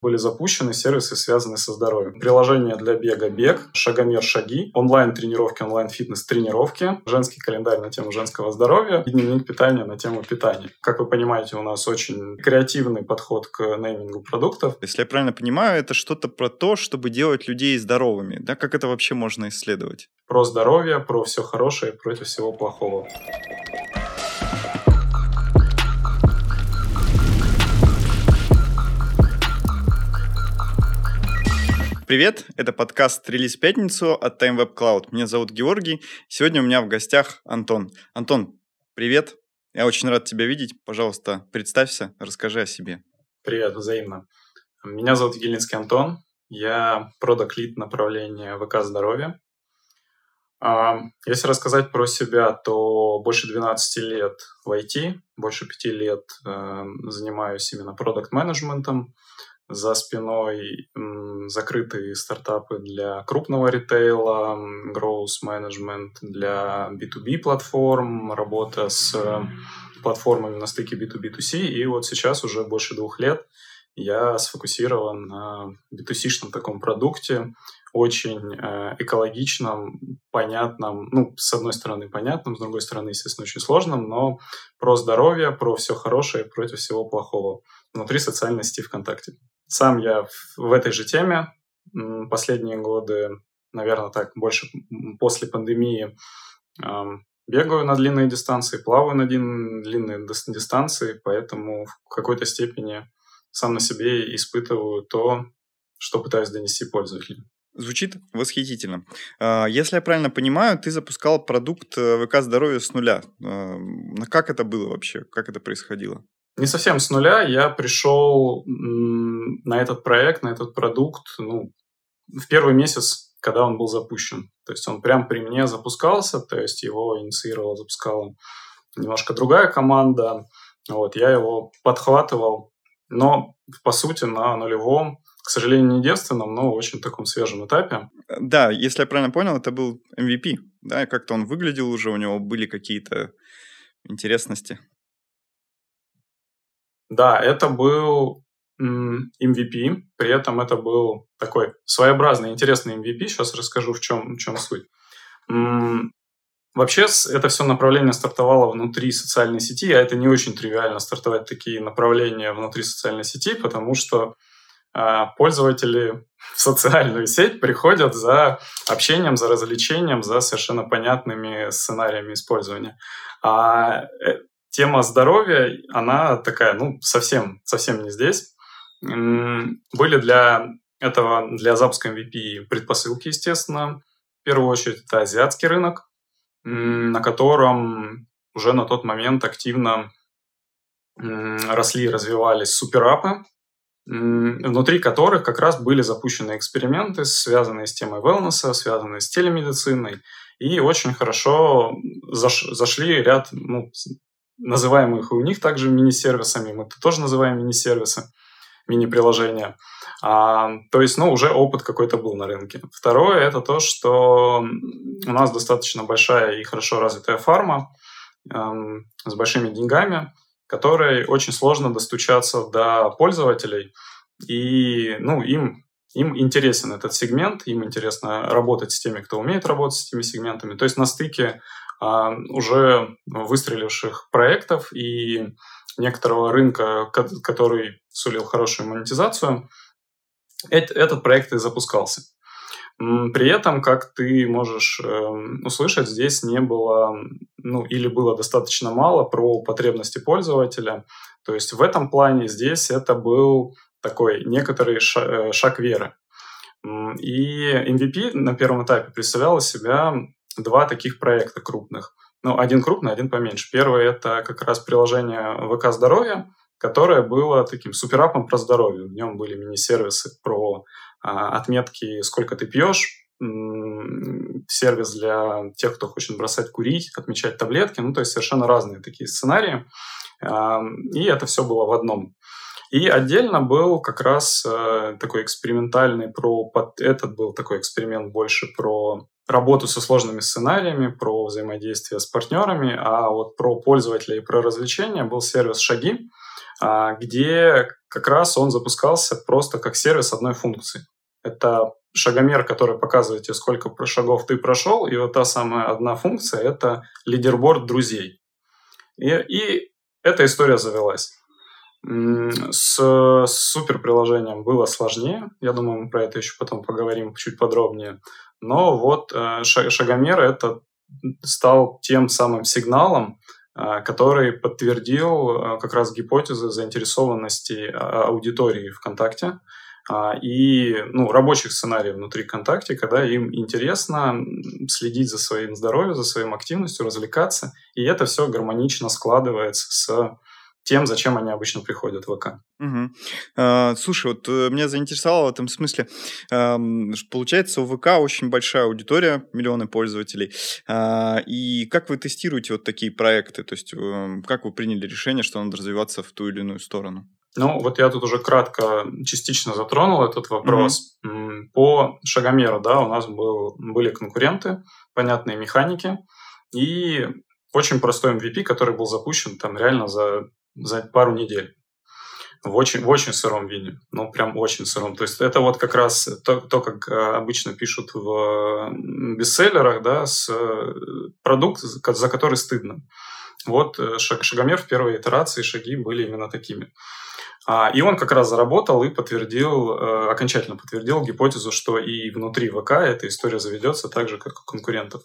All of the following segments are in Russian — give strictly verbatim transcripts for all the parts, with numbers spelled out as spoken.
были запущены сервисы, связанные со здоровьем. Приложение для бега «Бег», «Шагомер. Шаги», онлайн-тренировки, онлайн-фитнес-тренировки, женский календарь на тему женского здоровья и дневник питания на тему питания. Как вы понимаете, у нас очень креативный подход к неймингу продуктов. Если я правильно понимаю, это что-то про то, чтобы делать людей здоровыми. Да? Как это вообще можно исследовать? Про здоровье, про все хорошее против всего плохого. Привет, это подкаст «Релиз в пятницу» от TimeWeb Cloud. Меня зовут Георгий. Сегодня у меня в гостях Антон. Антон, привет. Я очень рад тебя видеть. Пожалуйста, представься, расскажи о себе. Привет, взаимно. Меня зовут Егелинский Антон. Я продакт-лид направления ВК «Здоровье». Если рассказать про себя, то больше двенадцать лет в ай ти, больше пяти лет занимаюсь именно продакт-менеджментом. За спиной м, закрытые стартапы для крупного ритейла, growth management для би ту би платформ, работа с платформами на стыке би ту би ту си. И вот сейчас уже больше двух лет я сфокусирован на би ту си-шном таком продукте, очень э, экологичном, понятном, ну, с одной стороны понятном, с другой стороны, естественно, очень сложном, но про здоровье, про все хорошее против всего плохого внутри социальной сети ВКонтакте. Сам я в этой же теме последние годы, наверное, так, больше после пандемии э, бегаю на длинные дистанции, плаваю на длинные дистанции, поэтому в какой-то степени сам на себе испытываю то, что пытаюсь донести пользователям. Звучит восхитительно. Если я правильно понимаю, ты запускал продукт ВК «Здоровье» с нуля. Как это было вообще? Как это происходило? Не совсем с нуля. Я пришел на этот проект, на этот продукт ну, в первый месяц, когда он был запущен. То есть он прямо при мне запускался, то есть его инициировала, запускала немножко другая команда. Вот, я его подхватывал, но по сути на нулевом, к сожалению, не девственном, но очень таком свежем этапе. Да, если я правильно понял, это был эм ви пи, да, как-то он выглядел уже, у него были какие-то интересности. Да, это был м, эм ви пи, при этом это был такой своеобразный, интересный эм ви пи, сейчас расскажу, в чем, в чем суть. М, вообще, это все направление стартовало внутри социальной сети, а это не очень тривиально стартовать такие направления внутри социальной сети, потому что пользователи в социальную сеть приходят за общением, за развлечением, за совершенно понятными сценариями использования. А тема здоровья, она такая, ну, совсем, совсем не здесь. Были для этого, для запуска эм ви пи предпосылки, естественно. В первую очередь, это азиатский рынок, на котором уже на тот момент активно росли и развивались суперапы, внутри которых как раз были запущены эксперименты, связанные с темой wellness, связанные с телемедициной, и очень хорошо заш, зашли ряд, ну, называемых у них также мини-сервисами, мы это тоже называем мини-сервисы, мини-приложения. А, то есть, ну, уже опыт какой-то был на рынке. Второе – это то, что у нас достаточно большая и хорошо развитая фарма эм, с большими деньгами, которой очень сложно достучаться до пользователей, и ну, им, им интересен этот сегмент, им интересно работать с теми, кто умеет работать с этими сегментами. То есть на стыке а, уже выстреливших проектов и некоторого рынка, который сулил хорошую монетизацию, этот проект и запускался. При этом, как ты можешь э, услышать, здесь не было, ну, или было достаточно мало про потребности пользователя. То есть в этом плане здесь это был такой некоторый шаг, шаг веры. И эм ви пи на первом этапе представлял из себя два таких проекта крупных. Ну, один крупный, один поменьше. Первый – это как раз приложение ВК «Здоровье», которое было таким суперапом про здоровье. В нем были мини-сервисы про а, отметки, сколько ты пьешь, м- сервис для тех, кто хочет бросать курить, отмечать таблетки, ну, то есть совершенно разные такие сценарии. А, и это все было в одном. И отдельно был как раз э, такой экспериментальный про... Этот был такой эксперимент больше про работу со сложными сценариями, про взаимодействие с партнерами, а вот про пользователя и про развлечения был сервис «Шаги», где как раз он запускался просто как сервис одной функции. Это шагомер, который показывает тебе, сколько шагов ты прошел, и вот та самая одна функция – это лидерборд друзей. И, и эта история завелась. С, с суперприложением было сложнее. Я думаю, мы про это еще потом поговорим чуть подробнее. Но вот шагомер – это стал тем самым сигналом, который подтвердил как раз гипотезы заинтересованности аудитории ВКонтакте и ну, рабочих сценариев внутри ВКонтакте, когда им интересно следить за своим здоровьем, за своим активностью, развлекаться, и это все гармонично складывается с тем, зачем они обычно приходят в ВК. Угу. А, слушай, вот меня заинтересовало в этом смысле. А, получается, у ВК очень большая аудитория, миллионы пользователей. А, и как вы тестируете вот такие проекты? То есть как вы приняли решение, что надо развиваться в ту или иную сторону? Ну, вот я тут уже кратко, частично затронул этот вопрос. Mm-hmm. По шагомеру, да, у нас был, были конкуренты, понятные механики и очень простой эм ви пи, который был запущен там реально за, за пару недель. В очень, в очень сыром виде. Ну, прям очень сыром. То есть это вот как раз то, то как обычно пишут в бестселлерах, да, с продукт, за который стыдно. Вот шагомер в первой итерации, шаги были именно такими. И он как раз заработал и подтвердил, окончательно подтвердил гипотезу, что и внутри ВК эта история заведется так же, как у конкурентов.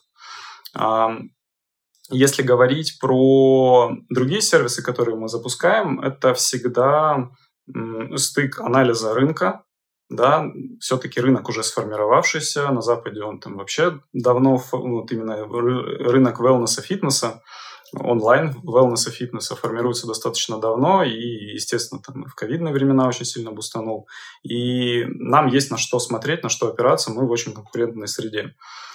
Если говорить про другие сервисы, которые мы запускаем, это всегда стык анализа рынка. Да, все-таки рынок уже сформировавшийся, на Западе он там вообще давно, вот именно рынок wellness и фитнеса, онлайн wellness и фитнеса формируется достаточно давно и, естественно, там в ковидные времена очень сильно бустанул. И нам есть на что смотреть, на что опираться, мы в очень конкурентной среде.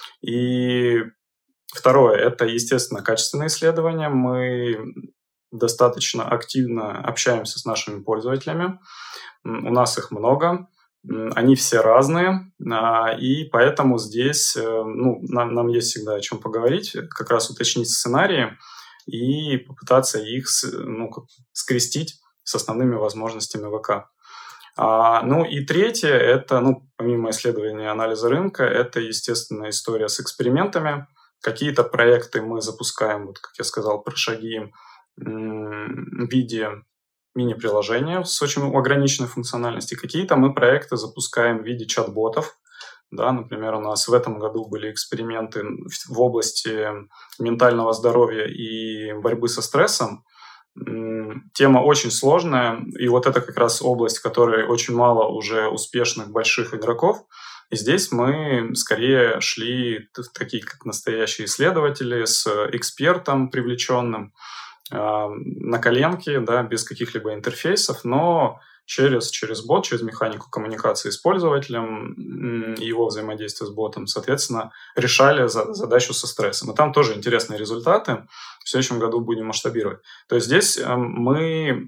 И второе, это, естественно, качественные исследования. Мы достаточно активно общаемся с нашими пользователями. У нас их много. Они все разные, и поэтому здесь ну, нам, нам есть всегда о чем поговорить, как раз уточнить сценарии и попытаться их ну, скрестить с основными возможностями ВК. А, ну и третье, это, ну, помимо исследования анализа рынка, это, естественно, история с экспериментами. Какие-то проекты мы запускаем, вот как я сказал, про шаги в виде мини-приложения с очень ограниченной функциональностью. Какие-то мы проекты запускаем в виде чат-ботов. Да, например, у нас в этом году были эксперименты в области ментального здоровья и борьбы со стрессом. Тема очень сложная, и вот это как раз область, в которой очень мало уже успешных больших игроков. И здесь мы скорее шли такие, как настоящие исследователи, с экспертом привлеченным, на коленке, да, без каких-либо интерфейсов, но через, через бот, через механику коммуникации с пользователем и его взаимодействия с ботом, соответственно, решали за, задачу со стрессом. И там тоже интересные результаты. В следующем году будем масштабировать. То есть здесь мы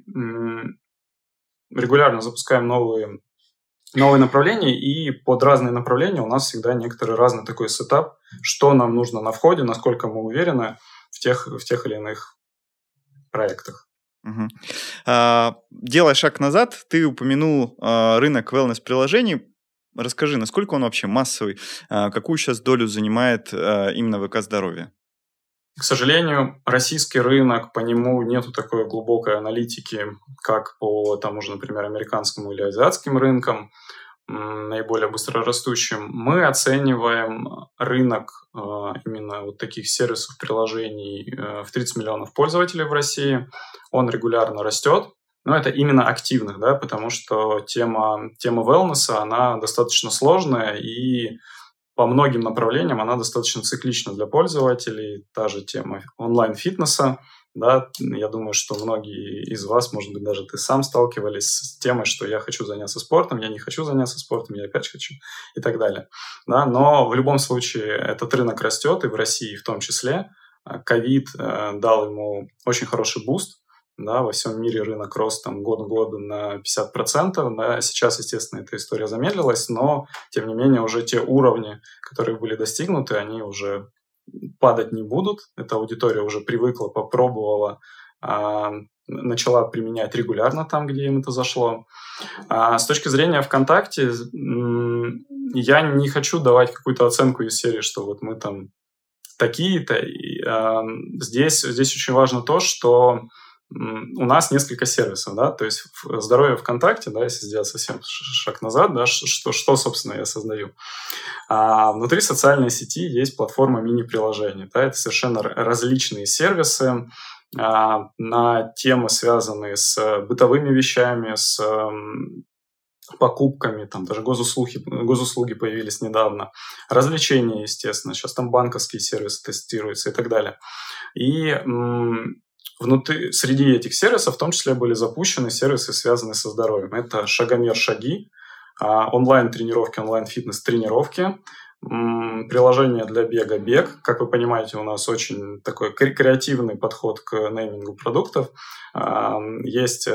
регулярно запускаем новые, новые направления, и под разные направления у нас всегда некоторый разный такой сетап, что нам нужно на входе, насколько мы уверены в тех, в тех или иных проектах. Угу. А, делая шаг назад, ты упомянул а, рынок wellness-приложений. Расскажи, насколько он вообще массовый, а, какую сейчас долю занимает а, именно ВК-здоровье? К сожалению, российский рынок, по нему нету такой глубокой аналитики, как по тому же, например, американскому или азиатским рынкам, наиболее быстрорастущим. Мы оцениваем рынок э, именно вот таких сервисов, приложений э, в тридцать миллионов пользователей в России. Он регулярно растет, но это именно активных, да, потому что тема, тема wellness, она достаточно сложная, и по многим направлениям она достаточно циклична для пользователей. Та же тема онлайн-фитнеса. Да, я думаю, что многие из вас, может быть, даже ты сам сталкивались с темой, что я хочу заняться спортом, я не хочу заняться спортом, я опять хочу и так далее. Да, но в любом случае этот рынок растет, и в России в том числе. Ковид э, дал ему очень хороший буст. Да, во всем мире рынок рос там, год к году на пятьдесят процентов. Да, сейчас, естественно, эта история замедлилась, но, тем не менее, уже те уровни, которые были достигнуты, они уже падать не будут. Эта аудитория уже привыкла, попробовала а, начала применять регулярно там, где им это зашло. А с точки зрения ВКонтакте, я не хочу давать какую-то оценку из серии, что вот мы там такие-то. Здесь, здесь очень важно то, что у нас несколько сервисов, да, то есть здоровье ВКонтакте, да, если сделать совсем шаг назад, да, что, что собственно, я создаю. А внутри социальной сети есть платформа мини-приложений, да, это совершенно различные сервисы а, на темы, связанные с бытовыми вещами, с покупками, там даже госуслуги, госуслуги появились недавно, развлечения, естественно, сейчас там банковские сервисы тестируются и так далее. И м- внутри, среди этих сервисов в том числе были запущены сервисы, связанные со здоровьем. Это Шагомер Шаги, а, онлайн-тренировки, онлайн-фитнес-тренировки, м- приложение для бега Бег. Как вы понимаете, у нас очень такой креативный подход к неймингу продуктов. А, есть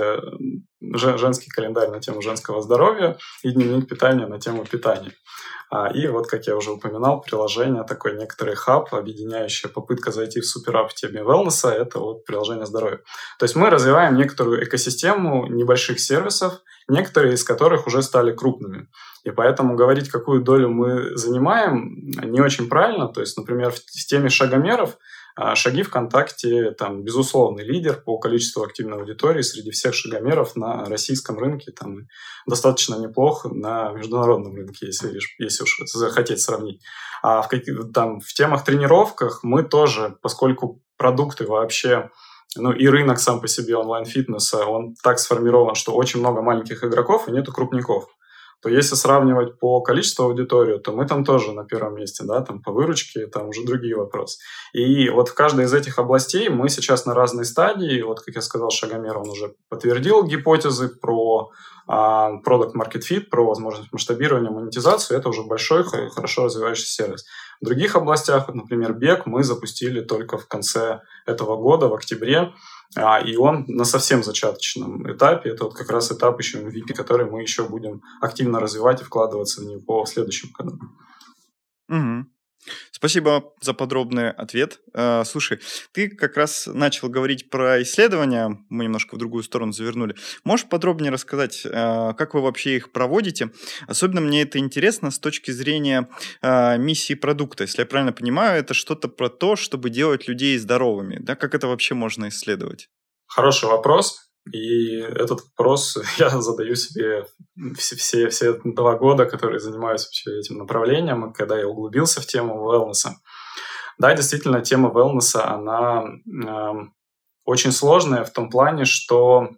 женский календарь на тему женского здоровья и дневник питания на тему питания. И вот, как я уже упоминал, приложение, такой некоторый хаб, объединяющая попытка зайти в суперап в теме wellness, это вот приложение здоровья. То есть мы развиваем некоторую экосистему небольших сервисов, некоторые из которых уже стали крупными. И поэтому говорить, какую долю мы занимаем, не очень правильно. То есть, например, в теме шагомеров Шаги ВКонтакте, там, безусловный лидер по количеству активной аудитории среди всех шагомеров на российском рынке, там, достаточно неплохо на международном рынке, если, если уж захотеть сравнить. А в, каких, там, в темах тренировках мы тоже, поскольку продукты вообще, ну и рынок сам по себе онлайн-фитнеса, он так сформирован, что очень много маленьких игроков и нету крупников. То если сравнивать по количеству аудитории, то мы там тоже на первом месте, да, там по выручке, там уже другие вопросы. И вот в каждой из этих областей мы сейчас на разной стадии, вот как я сказал, Шагомер, он уже подтвердил гипотезы про а, Product Market Fit, про возможность масштабирования, монетизацию, это уже большой, хорошо развивающийся сервис. В других областях, вот, например, бег, мы запустили только в конце этого года, в октябре, А, и он на совсем зачаточном этапе. Это вот как раз этап еще эм ви пи, который мы еще будем активно развивать и вкладываться в него в следующем году. Угу. Спасибо за подробный ответ. Uh, слушай, ты как раз начал говорить про исследования, мы немножко в другую сторону завернули. Можешь подробнее рассказать, uh, как вы вообще их проводите? Особенно мне это интересно с точки зрения uh, миссии продукта. Если я правильно понимаю, это что-то про то, чтобы делать людей здоровыми. Да? Как это вообще можно исследовать? Хороший вопрос. И этот вопрос я задаю себе все, все, все два года, которые занимаюсь вообще этим направлением, когда я углубился в тему wellness. Да, действительно, тема wellness, она э, очень сложная в том плане, что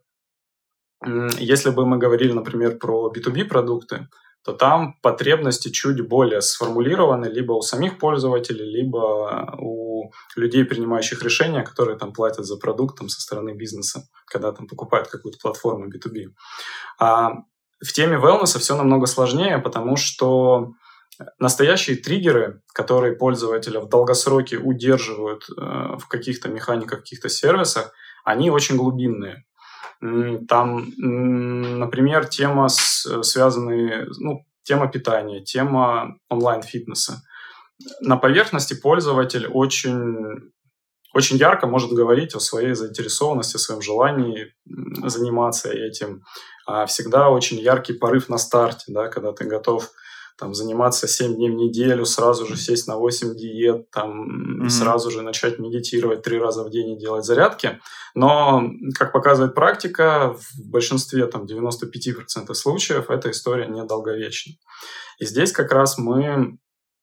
э, если бы мы говорили, например, про би ту би продукты, то там потребности чуть более сформулированы либо у самих пользователей, либо у людей, принимающих решения, которые там платят за продукт там, со стороны бизнеса, когда там покупают какую-то платформу би ту би. А в теме wellness все намного сложнее, потому что настоящие триггеры, которые пользователя в долгосроке удерживают э, в каких-то механиках, в каких-то сервисах, они очень глубинные. Там, например, тема, связанная, ну, тема питания, тема онлайн-фитнеса. На поверхности пользователь очень, очень ярко может говорить о своей заинтересованности, о своем желании заниматься этим. Всегда очень яркий порыв на старте, да, когда ты готов там, заниматься семь дней в неделю, сразу же сесть на восемь диет, там, mm-hmm. сразу же начать медитировать три раза в день и делать зарядки. Но, как показывает практика, в большинстве, там, девяносто пять процентов случаев эта история недолговечна. И здесь как раз мы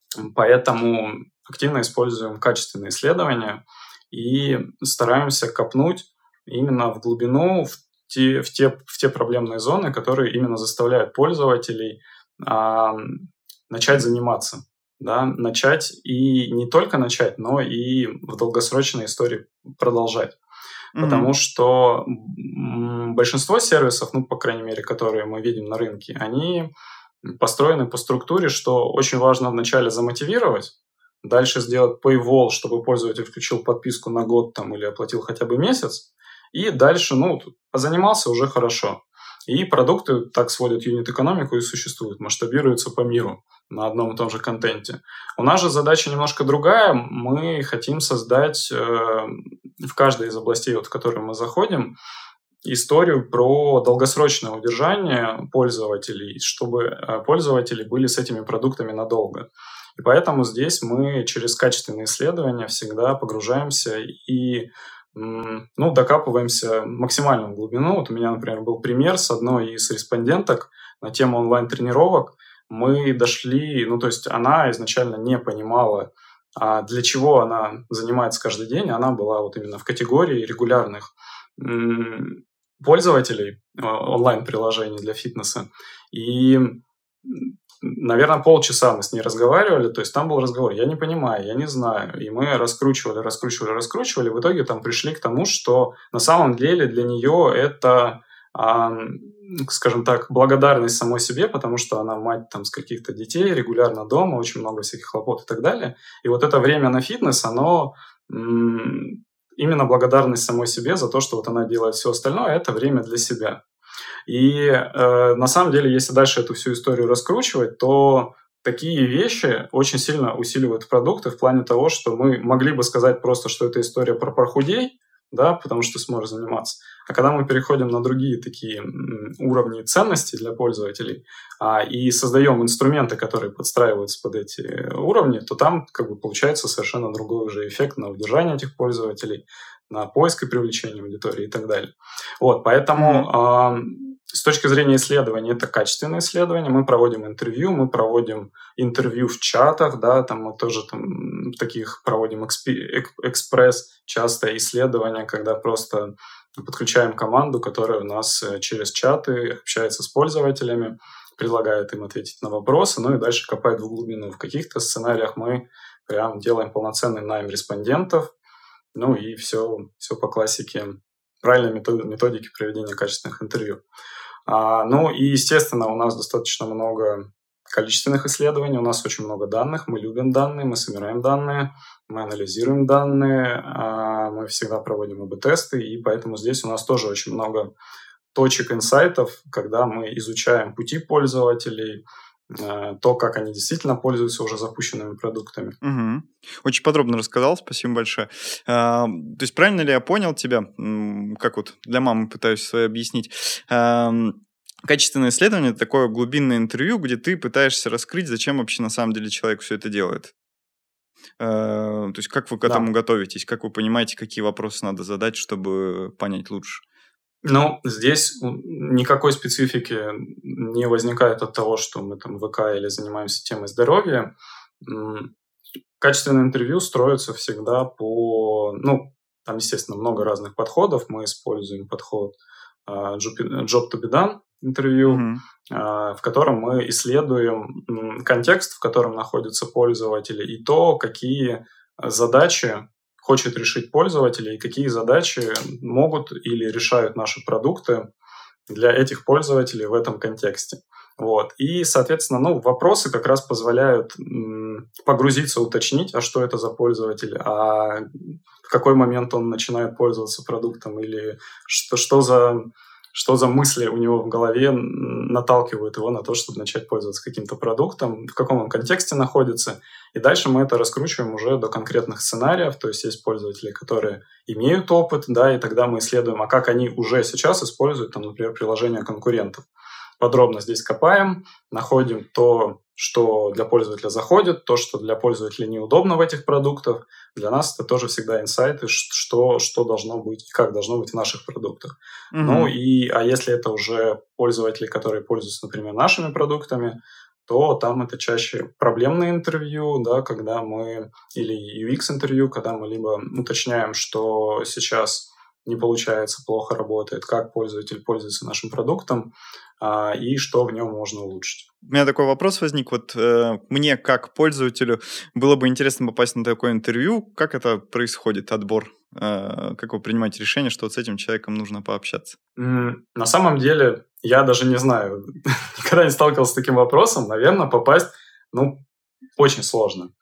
поэтому активно используем качественные исследования и стараемся копнуть именно в глубину, в те, в те, в те проблемные зоны, которые именно заставляют пользователей А, начать заниматься, да, начать и не только начать, но и в долгосрочной истории продолжать. Mm-hmm. Потому что большинство сервисов, ну, по крайней мере, которые мы видим на рынке, они построены по структуре, что очень важно вначале замотивировать, дальше сделать paywall, чтобы пользователь включил подписку на год там, или оплатил хотя бы месяц, и дальше, ну, позанимался уже хорошо. И продукты так сводят юнит-экономику и существуют, масштабируются по миру на одном и том же контенте. У нас же задача немножко другая. Мы хотим создать э, в каждой из областей, вот, в которые мы заходим, историю про долгосрочное удержание пользователей, чтобы пользователи были с этими продуктами надолго. И поэтому здесь мы через качественные исследования всегда погружаемся и ну, докапываемся максимально в глубину. Вот у меня, например, был пример с одной из респонденток на тему онлайн-тренировок. Мы дошли, ну, то есть она изначально не понимала, а для чего она занимается каждый день. Она была вот именно в категории регулярных м- пользователей онлайн-приложений для фитнеса. И, наверное, полчаса мы с ней разговаривали, то есть там был разговор, я не понимаю, я не знаю. И мы раскручивали, раскручивали, раскручивали. В итоге там пришли к тому, что на самом деле для нее это, а, скажем так, благодарность самой себе, потому что она мать там с каких-то детей, регулярно дома, очень много всяких хлопот и так далее. И вот это время на фитнес, оно... М- именно благодарность самой себе за то, что вот она делает все остальное, это время для себя. И э, на самом деле, если дальше эту всю историю раскручивать, то такие вещи очень сильно усиливают продукты в плане того, что мы могли бы сказать просто, что это история про похудей, да, потому что сможешь заниматься. А когда мы переходим на другие такие уровни ценностей для пользователей а, и создаем инструменты, которые подстраиваются под эти уровни, то там как бы получается совершенно другой уже эффект на удержание этих пользователей, на поиск и привлечение аудитории и так далее. Вот, поэтому mm-hmm. а, с точки зрения исследований, это качественное исследование. Мы проводим интервью, мы проводим интервью в чатах, да, там мы тоже там таких проводим экспи- экспресс часто исследования, когда просто подключаем команду, которая у нас через чаты общается с пользователями, предлагает им ответить на вопросы, ну и дальше копает в глубину. В каких-то сценариях мы прям делаем полноценный найм респондентов, ну и все, все по классике правильной методики проведения качественных интервью. А, ну и, естественно, у нас достаточно много количественных исследований, у нас очень много данных, мы любим данные, мы собираем данные, мы анализируем данные, а, мы всегда проводим эй би-тесты, и поэтому здесь у нас тоже очень много точек инсайтов, когда мы изучаем пути пользователей, то, как они действительно пользуются уже запущенными продуктами. Угу. Очень подробно рассказал, спасибо большое. А, то есть правильно ли я понял тебя, как вот для мамы пытаюсь свое объяснить, а, качественное исследование – это такое глубинное интервью, где ты пытаешься раскрыть, зачем вообще на самом деле человек все это делает. А, то есть как вы к этому да. готовитесь, как вы понимаете, какие вопросы надо задать, чтобы понять лучше? Ну, здесь никакой специфики не возникает от того, что мы там в ВК или занимаемся темой здоровья. Качественное интервью строится всегда по... Ну, там, естественно, много разных подходов. Мы используем подход uh, job to be done интервью, mm-hmm. uh, в котором мы исследуем контекст, в котором находятся пользователи, и то, какие задачи хочет решить пользователи и какие задачи могут или решают наши продукты для этих пользователей в этом контексте. Вот. И, соответственно, ну, вопросы как раз позволяют м, погрузиться, уточнить, а что это за пользователь, а в какой момент он начинает пользоваться продуктом, или что, что за... что за мысли у него в голове наталкивают его на то, чтобы начать пользоваться каким-то продуктом, в каком он контексте находится. И дальше мы это раскручиваем уже до конкретных сценариев, то есть есть пользователи, которые имеют опыт, да, и тогда мы исследуем, а как они уже сейчас используют, там, например, приложения конкурентов. Подробно здесь копаем, находим то, что для пользователя заходит, то, что для пользователя неудобно в этих продуктах. Для нас это тоже всегда инсайты, что, что должно быть и как должно быть в наших продуктах. Mm-hmm. Ну и, а если это уже пользователи, которые пользуются, например, нашими продуктами, то там это чаще проблемное интервью, да, когда мы, или ю экс-интервью, когда мы либо уточняем, что сейчас не получается, плохо работает, как пользователь пользуется нашим продуктом, а, и что в нем можно улучшить. У меня такой вопрос возник. Вот э, мне, как пользователю, было бы интересно попасть на такое интервью. Как это происходит, отбор? Э, как вы принимаете решение, что вот с этим человеком нужно пообщаться? Mm, на самом деле, я даже не знаю, никогда не сталкивался с таким вопросом. Наверное, попасть, ну, очень сложно. В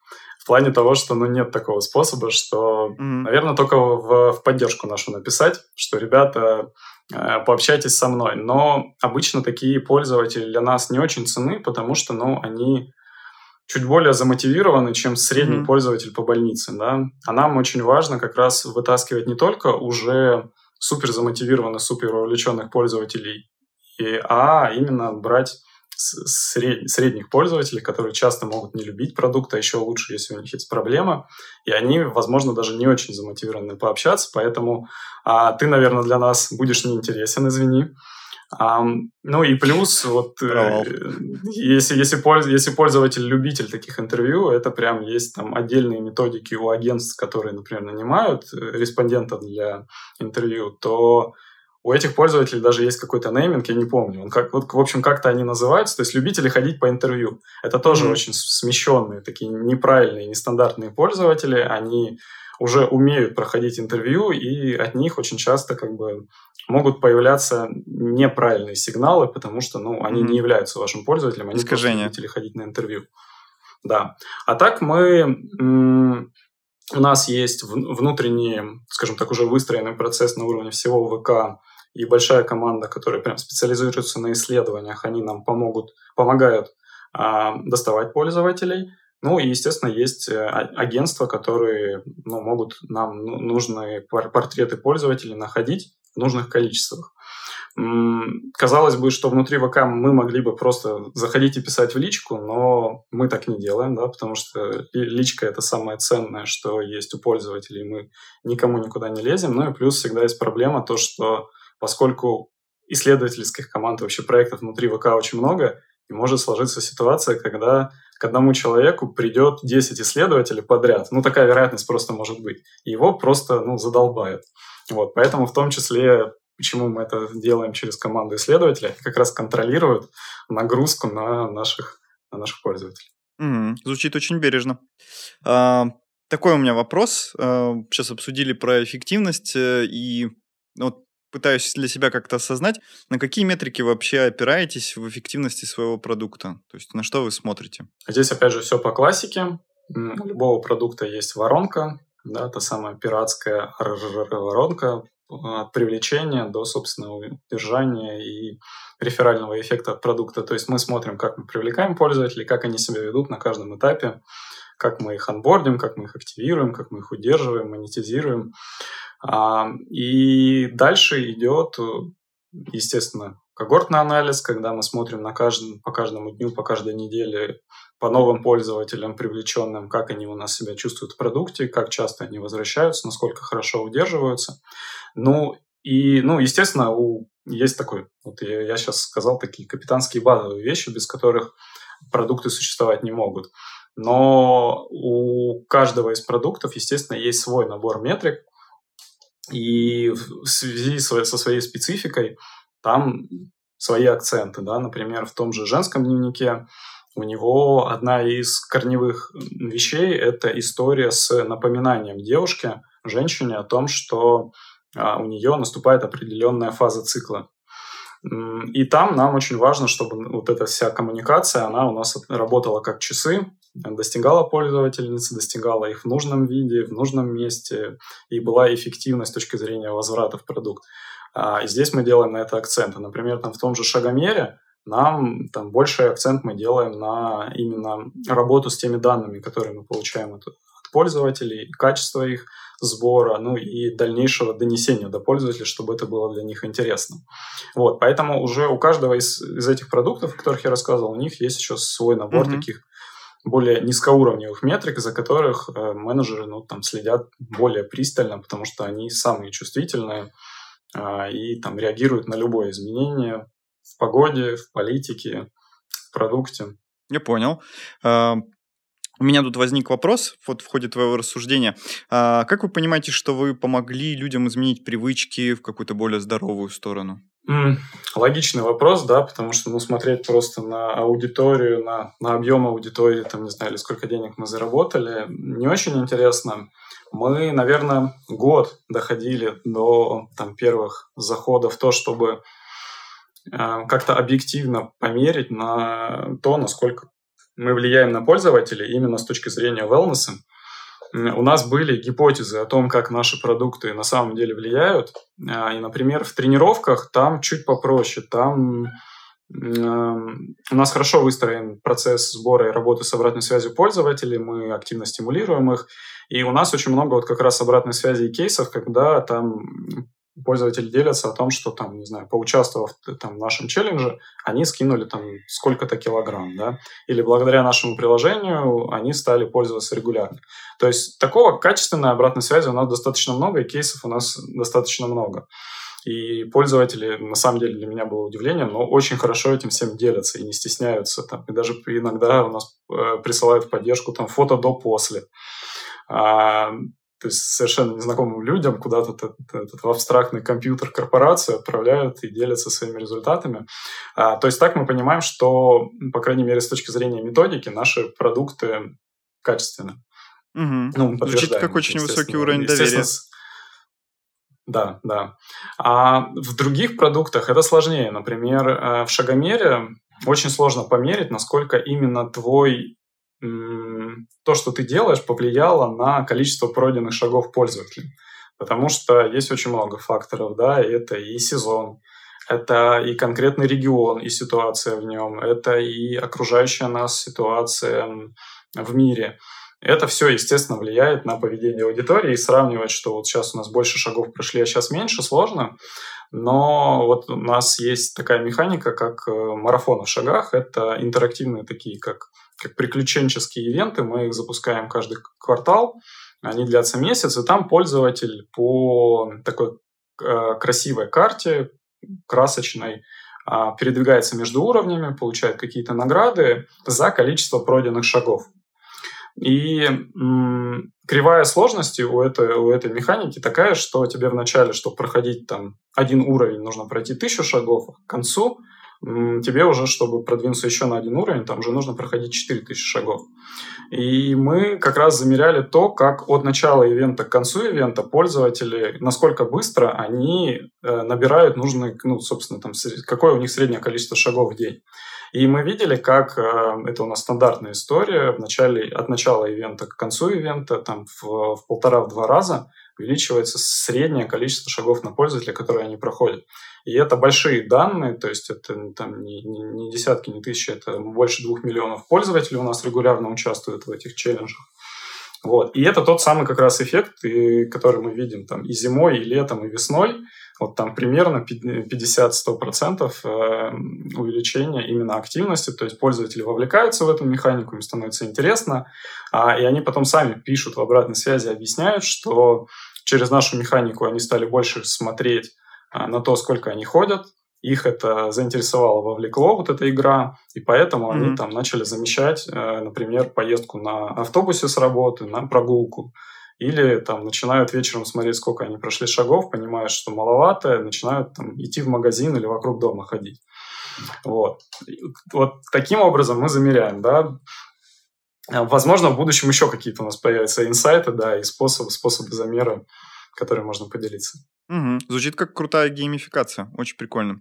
В плане того, что ну, нет такого способа, что, mm-hmm. наверное, только в, в поддержку нашу написать, что, ребята, э, пообщайтесь со мной. Но обычно такие пользователи для нас не очень ценны, потому что, ну, они чуть более замотивированы, чем средний mm-hmm. пользователь по больнице, да. А нам очень важно как раз вытаскивать не только уже супер замотивированных, супер увлеченных пользователей, и, а именно брать Сред... средних пользователей, которые часто могут не любить продукт, а еще лучше, если у них есть проблемы, и они, возможно, даже не очень замотивированы пообщаться, поэтому а, ты, наверное, для нас будешь неинтересен, извини. А, ну и плюс, вот, э, если, если, польз... если пользователь любитель таких интервью, это прям есть там отдельные методики у агентств, которые, например, нанимают респондентов для интервью, то у этих пользователей даже есть какой-то нейминг, я не помню. Он как, вот, в общем, как-то они называются. То есть любители ходить по интервью. Это тоже mm-hmm. очень смещенные, такие неправильные, нестандартные пользователи. Они уже умеют проходить интервью, и от них очень часто как бы могут появляться неправильные сигналы, потому что ну, они mm-hmm. не являются вашим пользователем, они просто любители ходить на интервью. Да. А так мы... М- у нас есть внутренний, скажем так, уже выстроенный процесс на уровне всего ВК, и большая команда, которая прям специализируется на исследованиях, они нам помогут, помогают а, доставать пользователей. Ну и, естественно, есть агентства, которые ну, могут нам нужные портреты пользователей находить в нужных количествах. Казалось бы, что внутри ВК мы могли бы просто заходить и писать в личку, но мы так не делаем, да, потому что личка – это самое ценное, что есть у пользователей, мы никому никуда не лезем. Ну и плюс всегда есть проблема то, что поскольку исследовательских команд, вообще проектов внутри ВК очень много, и может сложиться ситуация, когда к одному человеку придет десять исследователей подряд. Ну, такая вероятность просто может быть. И его просто, ну, задолбают. Вот, поэтому в том числе, почему мы это делаем через команду исследователей, они как раз контролируют нагрузку на наших, на наших пользователей. Mm-hmm. Звучит очень бережно. А, такой у меня вопрос. А, сейчас обсудили про эффективность, и вот пытаюсь для себя как-то осознать, на какие метрики вы вообще опираетесь в эффективности своего продукта? То есть на что вы смотрите? Здесь, опять же, все по классике. У любого продукта есть воронка, да, та самая пиратская воронка от привлечения до, собственно, удержания и реферального эффекта от продукта. То есть мы смотрим, как мы привлекаем пользователей, как они себя ведут на каждом этапе, как мы их онбордим, как мы их активируем, как мы их удерживаем, монетизируем. И дальше идет, естественно, когортный анализ, когда мы смотрим на каждом, по каждому дню, по каждой неделе по новым пользователям, привлеченным, как они у нас себя чувствуют в продукте, как часто они возвращаются, насколько хорошо удерживаются. Ну, и, ну, естественно, у, есть такой, вот я, я сейчас сказал, такие капитанские базовые вещи, без которых продукты существовать не могут. Но у каждого из продуктов, естественно, есть свой набор метрик, и в связи со своей спецификой там свои акценты. Да? Например, в том же женском дневнике у него одна из корневых вещей – это история с напоминанием девушке, женщине о том, что а, у нее наступает определенная фаза цикла. И там нам очень важно, чтобы вот эта вся коммуникация, она у нас работала как часы, достигала пользовательницы, достигала их в нужном виде, в нужном месте, и была эффективность с точки зрения возврата в продукт. И здесь мы делаем на это акценты. Например, там в том же Шагомере нам там больший акцент мы делаем на именно работу с теми данными, которые мы получаем от, от пользователей, качество их сбора, ну и дальнейшего донесения до пользователей, чтобы это было для них интересно. Вот, поэтому уже у каждого из, из этих продуктов, о которых я рассказывал, у них есть еще свой набор mm-hmm. таких более низкоуровневых метрик, за которых э, менеджеры ну, там, следят более пристально, потому что они самые чувствительные э, и там, реагируют на любое изменение в погоде, в политике, в продукте. Я понял. У меня тут возник вопрос вот в ходе твоего рассуждения. А как вы понимаете, что вы помогли людям изменить привычки в какую-то более здоровую сторону? Mm, логичный вопрос, да, потому что ну, смотреть просто на аудиторию, на, на объем аудитории, там, не знаю, или сколько денег мы заработали, не очень интересно. Мы, наверное, год доходили до там, первых заходов в то, чтобы э, как-то объективно померить на то, насколько мы влияем на пользователей именно с точки зрения wellness. У нас были гипотезы о том, как наши продукты на самом деле влияют. И, например, в тренировках там чуть попроще. Там у нас хорошо выстроен процесс сбора и работы с обратной связью пользователей. Мы активно стимулируем их. И у нас очень много вот как раз обратной связи и кейсов, когда там пользователи делятся о том, что там, не знаю, поучаствовав там, в нашем челлендже, они скинули там сколько-то килограмм, да, или благодаря нашему приложению они стали пользоваться регулярно. То есть такого качественной обратной связи у нас достаточно много, и кейсов у нас достаточно много. И пользователи, на самом деле, для меня было удивлением, но очень хорошо этим всем делятся и не стесняются. Там, и даже иногда у нас э, присылают в поддержку там, фото до-после. А, то есть совершенно незнакомым людям куда-то этот, этот, в абстрактный компьютер корпорацию отправляют и делятся своими результатами. А, то есть так мы понимаем, что, по крайней мере, с точки зрения методики, наши продукты качественны. Угу. Ну, Звучит как очень высокий уровень доверия. Да, да. А в других продуктах это сложнее. Например, в Шагомере очень сложно померить, насколько именно твой то, что ты делаешь, повлияло на количество пройденных шагов пользователей. Потому что есть очень много факторов, да, это и сезон, это и конкретный регион, и ситуация в нем, это и окружающая нас ситуация в мире. Это все, естественно, влияет на поведение аудитории, и сравнивать, что вот сейчас у нас больше шагов прошли, а сейчас меньше, сложно. Но вот у нас есть такая механика, как марафон в шагах. Это интерактивные такие, как, как приключенческие ивенты. Мы их запускаем каждый квартал. Они длятся месяц, и там пользователь по такой э, красивой карте, красочной, э, передвигается между уровнями, получает какие-то награды за количество пройденных шагов. И м, кривая сложности у этой, у этой механики такая, что тебе вначале, чтобы проходить там один уровень, нужно пройти тысячу шагов, а к концу м, тебе уже, чтобы продвинуться еще на один уровень, там уже нужно проходить четыре тысячи шагов. И мы как раз замеряли то, как от начала ивента к концу ивента пользователи, насколько быстро они э, набирают нужный, ну, собственно, там, какое у них среднее количество шагов в день. И мы видели, как э, это у нас стандартная история, в начале, от начала ивента к концу ивента там, в, в полтора-два раза увеличивается среднее количество шагов на пользователя, которые они проходят. И это большие данные, то есть это там, не, не, не десятки, не тысячи, это больше двух миллионов пользователей у нас регулярно участвуют в этих челленджах. Вот. И это тот самый как раз эффект, и, который мы видим там, и зимой, и летом, и весной. Вот там примерно пятьдесят-сто процентов увеличения именно активности, то есть пользователи вовлекаются в эту механику, им становится интересно, и они потом сами пишут в обратной связи, объясняют, что через нашу механику они стали больше смотреть на то, сколько они ходят, их это заинтересовало, вовлекло, вот эта игра, и поэтому mm-hmm. они там начали замещать, например, поездку на автобусе с работы, на прогулку. Или там начинают вечером смотреть, сколько они прошли шагов, понимают, что маловато, начинают там идти в магазин или вокруг дома ходить. Вот. Вот таким образом мы замеряем, да. Возможно, в будущем еще какие-то у нас появятся инсайты, да, и способы, способы замера, которые можно поделиться. Угу. Звучит как крутая геймификация, очень прикольно.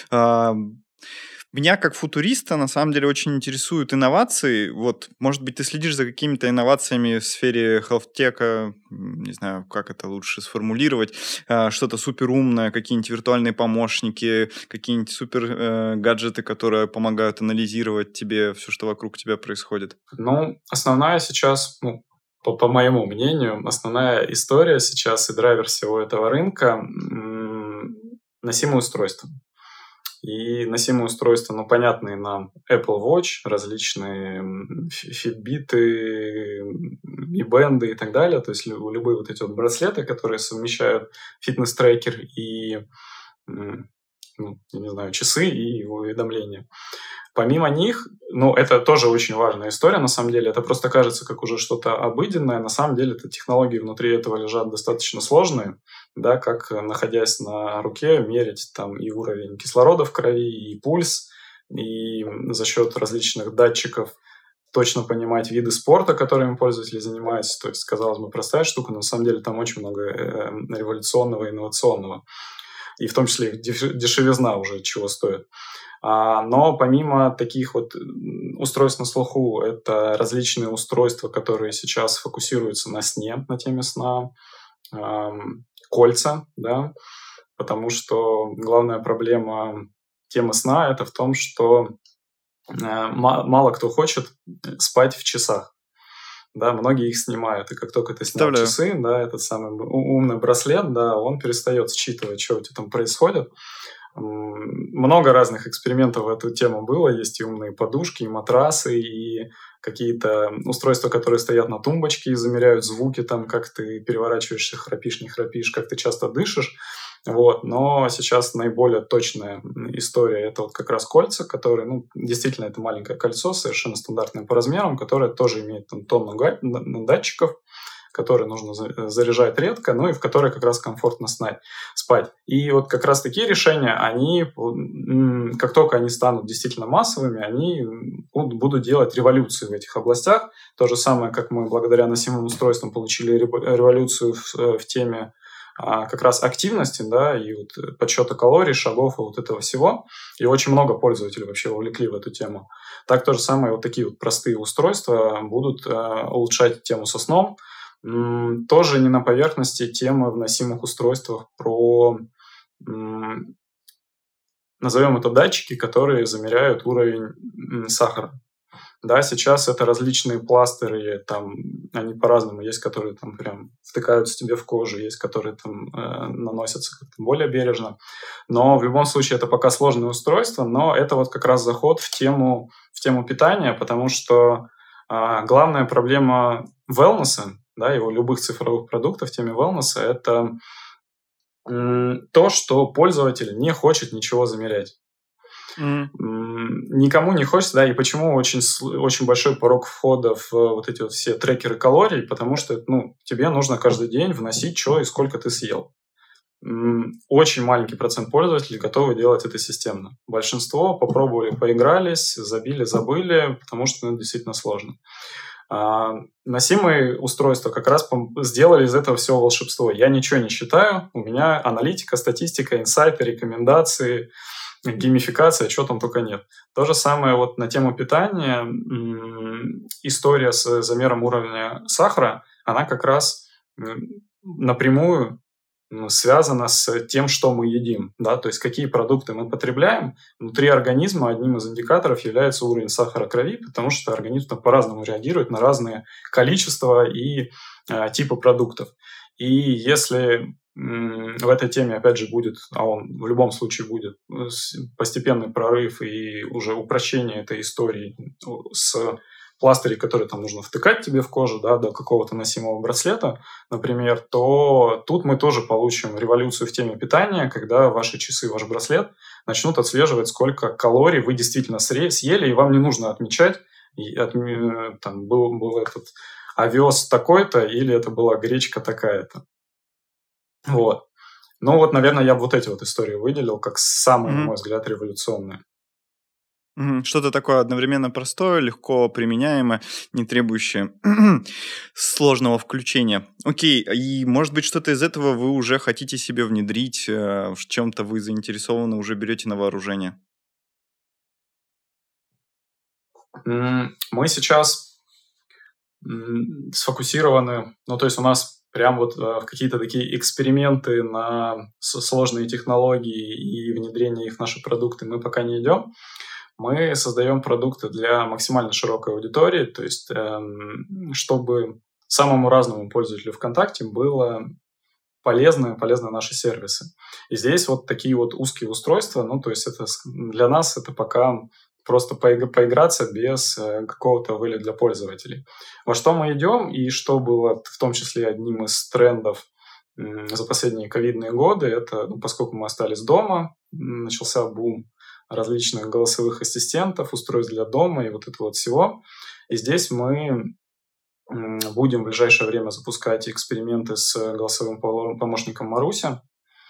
Меня как футуриста на самом деле очень интересуют инновации. Вот, может быть, ты следишь за какими-то инновациями в сфере хелфтека, не знаю, как это лучше сформулировать, что-то суперумное, какие-нибудь виртуальные помощники, какие-нибудь супер э, гаджеты, которые помогают анализировать тебе все, что вокруг тебя происходит. Ну, основная сейчас, ну, по, по моему мнению, основная история сейчас и драйвер всего этого рынка м- носимые устройства. И носимые устройства, ну, понятные нам Apple Watch, различные Fitbit, Mi Band и так далее, то есть любые вот эти вот браслеты, которые совмещают фитнес-трекер и, ну, я не знаю, часы и уведомления. Помимо них, ну, это тоже очень важная история, на самом деле, это просто кажется как уже что-то обыденное, на самом деле это технологии внутри этого лежат достаточно сложные, да, как, находясь на руке, мерить там и уровень кислорода в крови, и пульс, и за счет различных датчиков точно понимать виды спорта, которыми пользователи занимаются, то есть, казалось бы, простая штука, но на самом деле там очень много революционного, инновационного, и в том числе дешевизна уже чего стоит. А, но помимо таких вот устройств на слуху, это различные устройства, которые сейчас фокусируются на сне, на теме сна, эм, кольца, да, потому что главная проблема темы сна – это в том, что э, мало кто хочет спать в часах. Да, многие их снимают, и как только ты снял Представляю. часы, да, этот самый умный браслет, да, он перестает считывать, что у тебя там происходит. Много разных экспериментов в эту тему было. Есть и умные подушки, и матрасы, и какие-то устройства, которые стоят на тумбочке и замеряют звуки, там, как ты переворачиваешься, храпишь, не храпишь, как ты часто дышишь. Вот. Но сейчас наиболее точная история – это вот как раз кольца, которые, ну, действительно, это маленькое кольцо, совершенно стандартное по размерам, которое тоже имеет там, тонну датчиков, которые нужно заряжать редко, ну и в которые как раз комфортно спать. И вот как раз такие решения, они, как только они станут действительно массовыми, они будут делать революцию в этих областях. То же самое, как мы благодаря носимым устройствам получили революцию в, в теме как раз активности, да, и вот подсчета калорий, шагов и вот этого всего. И очень много пользователей вообще вовлекли в эту тему. Так то же самое, вот такие вот простые устройства будут улучшать тему со сном. Тоже не на поверхности темы в носимых устройствах про, назовем это, датчики, которые замеряют уровень сахара. Да, сейчас это различные пластыри, там, они по-разному. Есть, которые там прям втыкаются тебе в кожу, есть, которые там э, наносятся как-то более бережно. Но в любом случае это пока сложное устройство, но это вот как раз заход в тему, в тему питания, потому что э, главная проблема wellness, да, его любых цифровых продуктов в теме wellness, это м, то, что пользователь не хочет ничего замерять. Mm. Никому не хочется, да, и почему очень, очень большой порог входа в вот эти вот все трекеры калорий, потому что, ну, тебе нужно каждый день вносить, что и сколько ты съел. Очень маленький процент пользователей готовы делать это системно. Большинство попробовали, поигрались, забили, забыли, потому что ну, это действительно сложно. А, носимые устройства как раз сделали из этого всего волшебство. Я ничего не считаю, у меня аналитика, статистика, инсайты, рекомендации, геймификация, чего там только нет. То же самое вот на тему питания. История с замером уровня сахара, она как раз напрямую связана с тем, что мы едим, да, то есть какие продукты мы потребляем. Внутри организма одним из индикаторов является уровень сахара крови, потому что организм по-разному реагирует на разные количества и э, типы продуктов. И если м, в этой теме, опять же, будет, а он в любом случае будет, постепенный прорыв и уже упрощение этой истории с пластыри, которые там нужно втыкать тебе в кожу, да, до какого-то носимого браслета, например, то тут мы тоже получим революцию в теме питания, когда ваши часы, ваш браслет начнут отслеживать, сколько калорий вы действительно съели, и вам не нужно отмечать, и от, там был, был этот овес такой-то или это была гречка такая-то. Вот. Ну вот, наверное, я бы вот эти вот истории выделил как самые, mm-hmm. на мой взгляд, революционные. Что-то такое одновременно простое, легко применяемое, не требующее сложного включения. Окей, и может быть что-то из этого вы уже хотите себе внедрить, в чем-то вы заинтересованы, уже берете на вооружение? Мы сейчас сфокусированы, ну то есть у нас прям вот какие-то такие эксперименты на сложные технологии и внедрение их в наши продукты мы пока не идем. Мы создаем продукты для максимально широкой аудитории, то есть эм, чтобы самому разному пользователю ВКонтакте было полезны, полезны наши сервисы. И здесь вот такие вот узкие устройства, ну, то есть это для нас это пока просто поиграться без какого-то value для пользователей. Во что мы идем и что было в том числе одним из трендов за последние ковидные годы, это, ну, поскольку мы остались дома, начался бум различных голосовых ассистентов, устройств для дома и вот этого вот всего. И здесь мы будем в ближайшее время запускать эксперименты с голосовым помощником Маруся,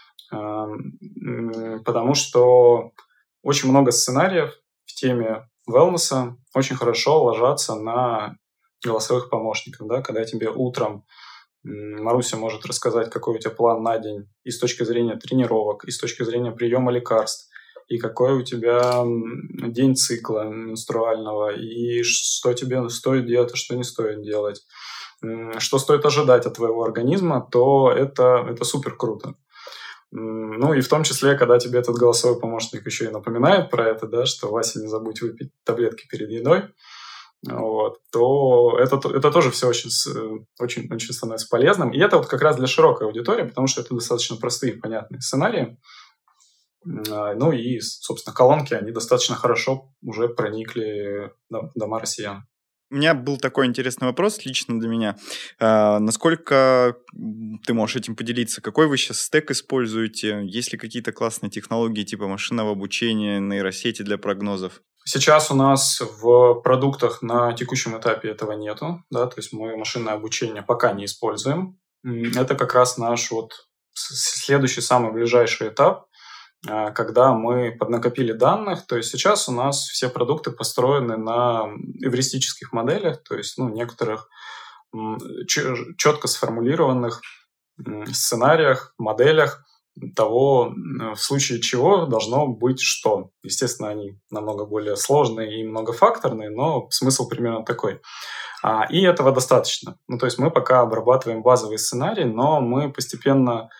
потому что очень много сценариев в теме wellness очень хорошо ложатся на голосовых помощников, да, когда тебе утром Маруся может рассказать, какой у тебя план на день и с точки зрения тренировок, и с точки зрения приема лекарств, и какой у тебя день цикла менструального, и что тебе стоит делать, а что не стоит делать, что стоит ожидать от твоего организма, то это, это супер круто. Ну и в том числе, когда тебе этот голосовой помощник еще и напоминает про это, да, что Вася, не забудь выпить таблетки перед едой, вот, то это, это тоже все очень, очень, очень становится полезным. И это вот как раз для широкой аудитории, потому что это достаточно простые, понятные сценарии. Ну и, собственно, колонки, они достаточно хорошо уже проникли в дома россиян. У меня был такой интересный вопрос лично для меня. А, насколько ты можешь этим поделиться? Какой вы сейчас стек используете? Есть ли какие-то классные технологии типа машинного обучения, нейросети для прогнозов? Сейчас у нас в продуктах на текущем этапе этого нету, да, то есть мы машинное обучение пока не используем. Это как раз наш вот следующий, самый ближайший этап, когда мы поднакопили данных. То есть сейчас у нас все продукты построены на эвристических моделях, то есть ну, некоторых четко сформулированных сценариях, моделях того, в случае чего должно быть что. Естественно, они намного более сложные и многофакторные, но смысл примерно такой. И этого достаточно. Ну, то есть мы пока обрабатываем базовый сценарий, но мы постепенно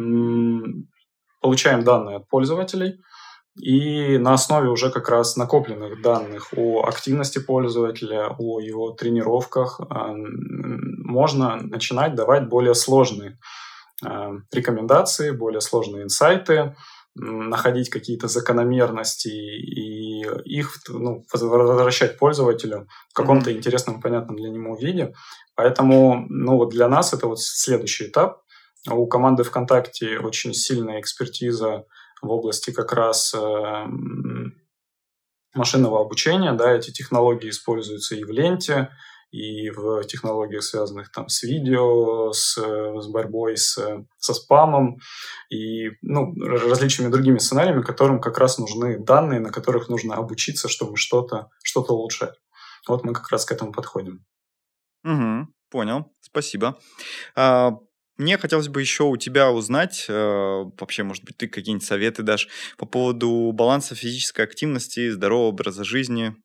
получаем данные от пользователей, и на основе уже как раз накопленных данных о активности пользователя, о его тренировках можно начинать давать более сложные рекомендации, более сложные инсайты, находить какие-то закономерности и их ну, возвращать пользователю в каком-то mm-hmm. интересном, понятном для него виде. Поэтому ну, вот для нас это вот следующий этап. У команды ВКонтакте очень сильная экспертиза в области как раз э, машинного обучения. Да, эти технологии используются и в ленте, и в технологиях, связанных там, с видео, с, с борьбой с, со спамом и ну, различными другими сценариями, которым как раз нужны данные, на которых нужно обучиться, чтобы что-то, что-то улучшать. Вот мы как раз к этому подходим. Угу, понял, спасибо. А, мне хотелось бы еще у тебя узнать, э, вообще, может быть, ты какие-нибудь советы дашь по поводу баланса физической активности, здорового образа жизни,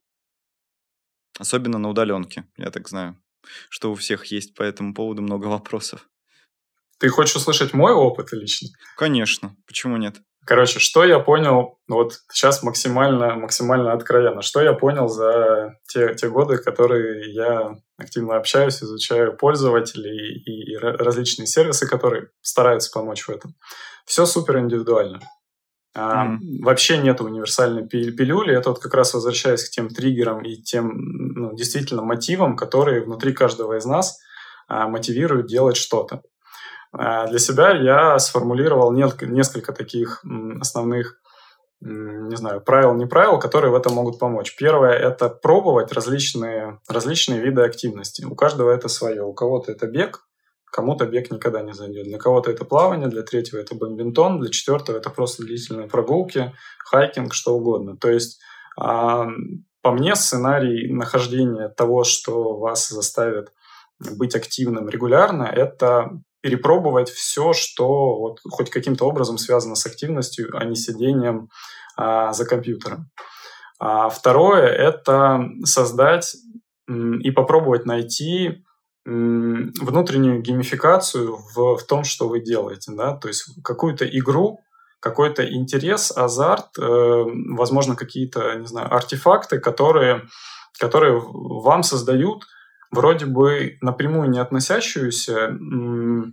особенно на удаленке. Я так знаю, что у всех есть по этому поводу много вопросов. Ты хочешь услышать мой опыт лично? Конечно, почему нет? Короче, что я понял, вот сейчас максимально, максимально откровенно, что я понял за те, те годы, которые я активно общаюсь, изучаю пользователей и, и различные сервисы, которые стараются помочь в этом. Все супер индивидуально. А, mm-hmm. Вообще нет универсальной пилюли. Это вот как раз возвращаясь к тем триггерам и тем ну, действительно мотивам, которые внутри каждого из нас а, мотивируют делать что-то. Для себя я сформулировал несколько таких основных, не знаю, правил, не правил, которые в этом могут помочь. Первое – это пробовать различные, различные виды активности. У каждого это свое. У кого-то это бег, кому-то бег никогда не зайдет. Для кого-то это плавание, для третьего это бадминтон, для четвертого это просто длительные прогулки, хайкинг, что угодно. То есть, по мне, сценарий нахождения того, что вас заставит быть активным регулярно, это перепробовать все, что вот хоть каким-то образом связано с активностью, а не сидением а, за компьютером. А второе – это создать м, и попробовать найти м, внутреннюю геймификацию в, в том, что вы делаете. Да? То есть какую-то игру, какой-то интерес, азарт, э, возможно, какие-то, не знаю, артефакты, которые, которые вам создают вроде бы напрямую не относящуюся м-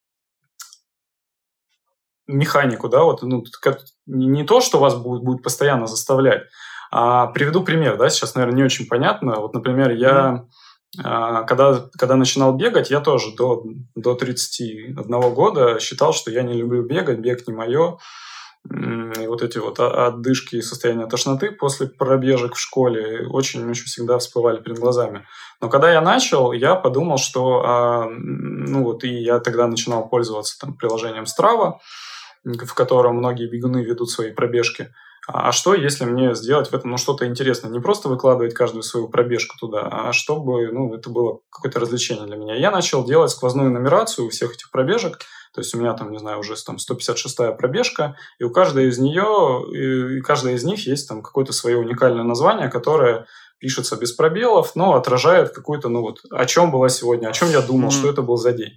механику, да, вот, ну, не то, что вас будет, будет постоянно заставлять. А, приведу пример, да, сейчас, наверное, не очень понятно. Вот, например, я, mm-hmm. а, когда, когда начинал бегать, я тоже до, до тридцати одного года считал, что я не люблю бегать, бег не мое. И вот эти вот отдышки и состояние тошноты после пробежек в школе очень-очень всегда всплывали перед глазами. Но когда я начал, я подумал, что, а, ну вот, и я тогда начинал пользоваться там приложением Strava, в котором многие бегуны ведут свои пробежки. А что, если мне сделать в этом ну, что-то интересное? Не просто выкладывать каждую свою пробежку туда, а чтобы ну, это было какое-то развлечение для меня. Я начал делать сквозную нумерацию у всех этих пробежек, То есть у меня там, не знаю, уже там сто пятьдесят шестая пробежка, и у каждой из нее, и каждой из них есть там какое-то свое уникальное название, которое пишется без пробелов, но отражает какую-то, ну вот, о чем была сегодня, о чем я думал, mm-hmm. что это был за день.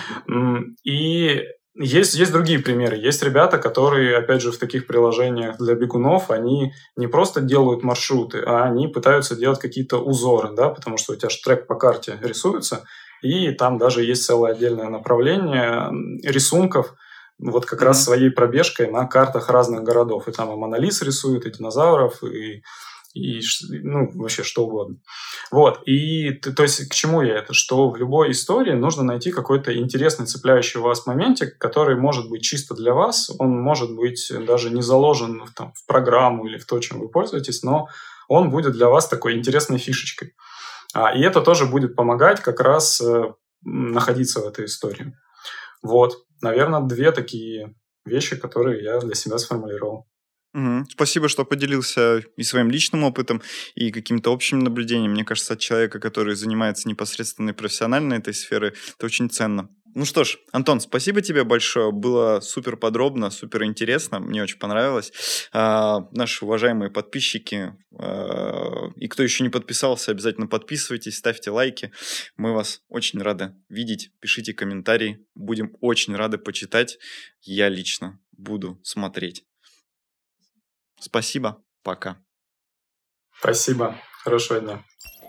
И есть, есть другие примеры. Есть ребята, которые, опять же, в таких приложениях для бегунов, они не просто делают маршруты, а они пытаются делать какие-то узоры, да, потому что у тебя же трек по карте рисуется, и там даже есть целое отдельное направление рисунков, вот как mm-hmm. раз своей пробежкой на картах разных городов. И там и Мона Лис рисует, и динозавров, и и, ну, вообще что угодно. Вот, и, то есть, к чему я это? Что в любой истории нужно найти какой-то интересный, цепляющий вас моментик, который может быть чисто для вас, он может быть даже не заложен там, в программу или в то, чем вы пользуетесь, но он будет для вас такой интересной фишечкой. А, и это тоже будет помогать как раз э, находиться в этой истории. Вот, наверное, две такие вещи, которые я для себя сформулировал. Угу. Спасибо, что поделился и своим личным опытом, и каким-то общим наблюдением. Мне кажется, от человека, который занимается непосредственно и профессионально этой сферой, это очень ценно. Ну что ж, Антон, спасибо тебе большое. Было супер подробно, супер интересно. Мне очень понравилось. А, наши уважаемые подписчики а, и кто еще не подписался, обязательно подписывайтесь, ставьте лайки. Мы вас очень рады видеть. Пишите комментарии. Будем очень рады почитать. Я лично буду смотреть. Спасибо. Пока. Спасибо. Хорошего дня.